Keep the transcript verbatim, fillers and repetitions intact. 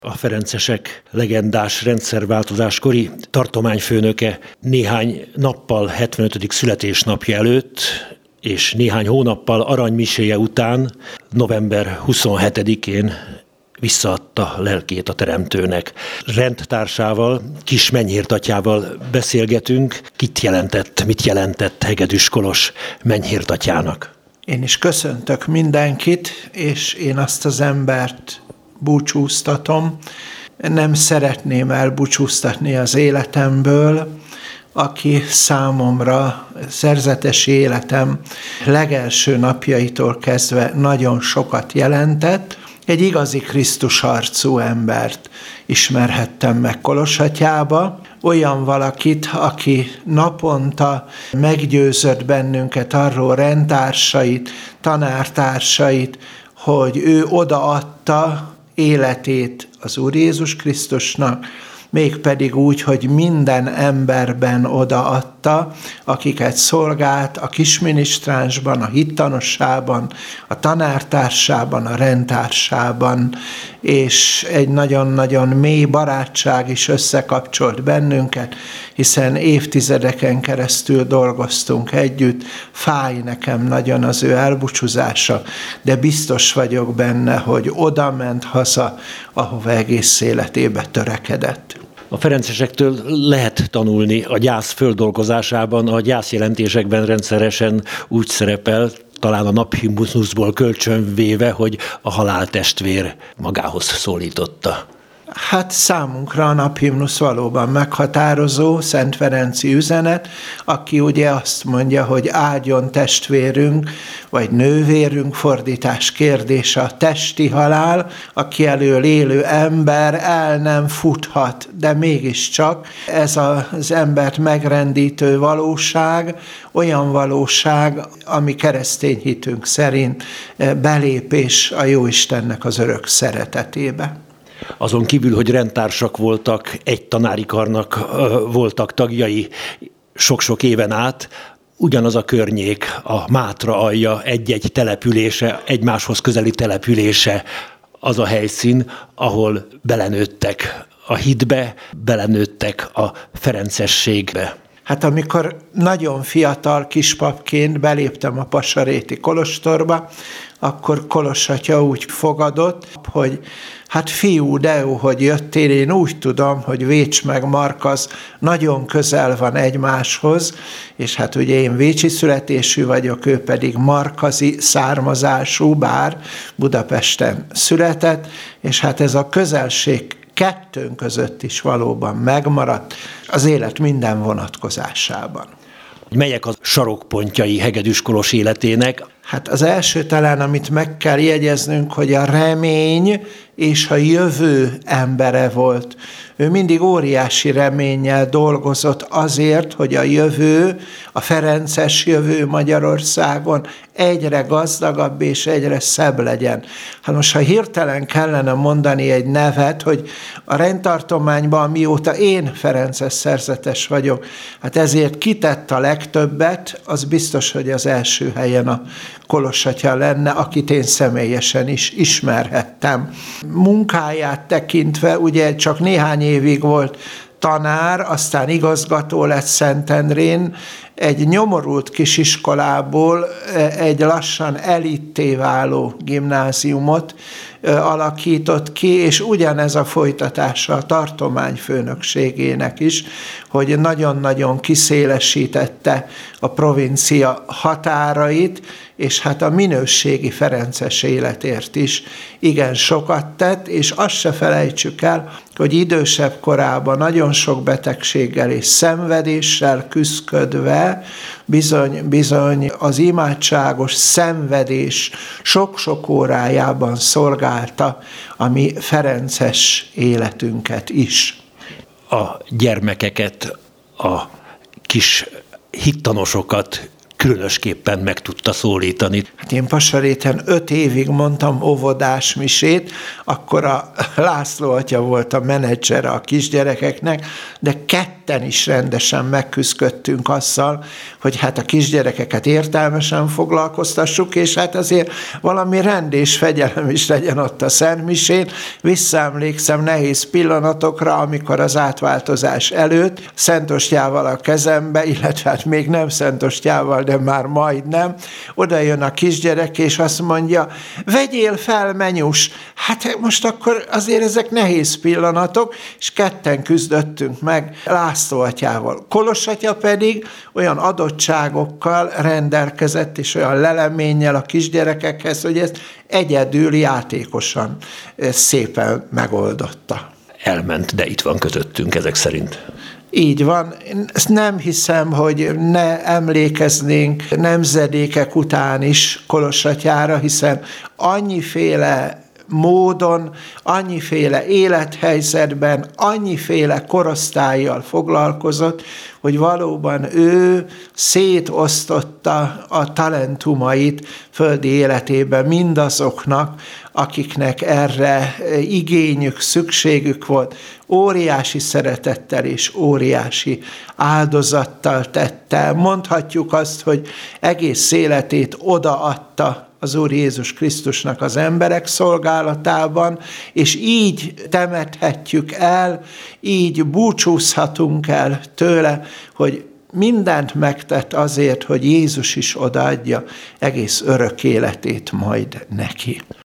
A ferencesek legendás rendszerváltozáskori tartományfőnöke néhány nappal hetvenötödik születésnapja előtt és néhány hónappal aranymiséje után, november huszonhetedikén visszaadta lelkét a Teremtőnek. Rendtársával, Kis Menyhértatyával beszélgetünk. Kit jelentett, mit jelentett Hegedűs Kolos Menyhértatyának? Én is köszöntök mindenkit, és én azt az embert búcsúztatom, nem szeretném elbúcsúztatni az életemből, aki számomra szerzetes életem legelső napjaitól kezdve nagyon sokat jelentett. Egy igazi Krisztus arcú embert ismerhettem meg Kolosatyába, olyan valakit, aki naponta meggyőzött bennünket arról, rendtársait, tanártársait, hogy ő odaadta életét az Úr Jézus Krisztusnak, mégpedig úgy, hogy minden emberben odaadta, akiket szolgált a kisminisztránsban, a hittanossában, a tanártársában, a rendtársában, és egy nagyon-nagyon mély barátság is összekapcsolt bennünket, hiszen évtizedeken keresztül dolgoztunk együtt, fáj nekem nagyon az ő elbúcsúzása, de biztos vagyok benne, hogy oda ment haza, ahova egész életébe törekedett. A ferencesektől lehet tanulni a gyász földolgozásában, a gyászjelentésekben rendszeresen úgy szerepel, talán a naphimnuszból kölcsönvéve, hogy a haláltestvér magához szólította. Hát számunkra a naphimnusz valóban meghatározó, Szent Ferenci üzenet, aki ugye azt mondja, hogy áldjon testvérünk, vagy nővérünk, fordítás kérdése, a testi halál, aki elől élő ember el nem futhat, de mégiscsak ez az embert megrendítő valóság, olyan valóság, ami keresztény hitünk szerint belépés a Jóistennek az örök szeretetébe. Azon kívül, hogy rendtársak voltak, egy tanári karnak voltak tagjai sok-sok éven át, ugyanaz a környék, a Mátra alja, egy-egy települése, egymáshoz közeli települése az a helyszín, ahol belenőttek a hitbe, belenőttek a ferencességbe. Hát amikor nagyon fiatal kispapként beléptem a Passaréti kolostorba, akkor Kolosatya úgy fogadott, hogy hát fiú, de jó, hogy jöttél, én úgy tudom, hogy Vécs meg Markaz nagyon közel van egymáshoz, és hát ugye én vécsi születésű vagyok, ő pedig markazi származású, bár Budapesten született, és hát ez a közelség kettőnk között is valóban megmaradt az élet minden vonatkozásában. Melyek a sarokpontjai Hegedűs Kolos életének? Hát az első talán, amit meg kell jegyeznünk, hogy a remény és a jövő embere volt. Ő mindig óriási reménnyel dolgozott azért, hogy a jövő, a ferences jövő Magyarországon egyre gazdagabb és egyre szebb legyen. Hát most, ha hirtelen kellene mondani egy nevet, hogy a rendtartományban, mióta én ferences szerzetes vagyok, hát ezért kitett a legtöbbet, az biztos, hogy az első helyen a Kolosatya lenne, akit én személyesen is ismerhettem. Munkáját tekintve ugye csak néhány évig volt tanár, aztán igazgató lett Szentendrén, egy nyomorult kisiskolából egy lassan elitté váló gimnáziumot alakított ki, és ugyanez a folytatása a tartományfőnökségének is, hogy nagyon-nagyon kiszélesítette a provincia határait, és hát a minőségi ferences életért is igen sokat tett, és azt se felejtsük el, hogy idősebb korában nagyon sok betegséggel és szenvedéssel küszködve bizony, bizony az imádságos szenvedés sok-sok órájában szolgálta a mi ferences életünket is. A gyermekeket, a kis hittanosokat különösképpen meg tudta szólítani. Hát én Passaréten öt évig mondtam óvodás misét, akkor a László atya volt a menedzsere a kisgyerekeknek, de ketten ketten is rendesen megküzdöttünk azzal, hogy hát a kisgyerekeket értelmesen foglalkoztassuk, és hát azért valami rend és fegyelem is legyen ott a szentmisén. Visszaemlékszem nehéz pillanatokra, amikor az átváltozás előtt Szentostyával a kezembe, illetve hát még nem Szentostyával, de már majdnem, oda jön a kisgyerek, és azt mondja, vegyél fel, menyus! Hát most akkor azért ezek nehéz pillanatok, és ketten küzdöttünk meg László atyával. Kolos atya pedig olyan adottságokkal rendelkezett, és olyan leleménnyel a kisgyerekekhez, hogy ezt egyedül játékosan szépen megoldotta. Elment, de itt van közöttünk ezek szerint. Így van. Én ezt nem hiszem, hogy ne emlékeznénk nemzedékek után is Kolos atyára, hiszen annyiféle módon, annyiféle élethelyzetben, annyiféle korosztállyal foglalkozott, hogy valóban ő szétosztotta a talentumait földi életében mindazoknak, akiknek erre igényük, szükségük volt. Óriási szeretettel és óriási áldozattal tette. Mondhatjuk azt, hogy egész életét odaadta az Úr Jézus Krisztusnak az emberek szolgálatában, és így temethetjük el, így búcsúzhatunk el tőle, hogy mindent megtett azért, hogy Jézus is odaadja egész örök életét majd neki.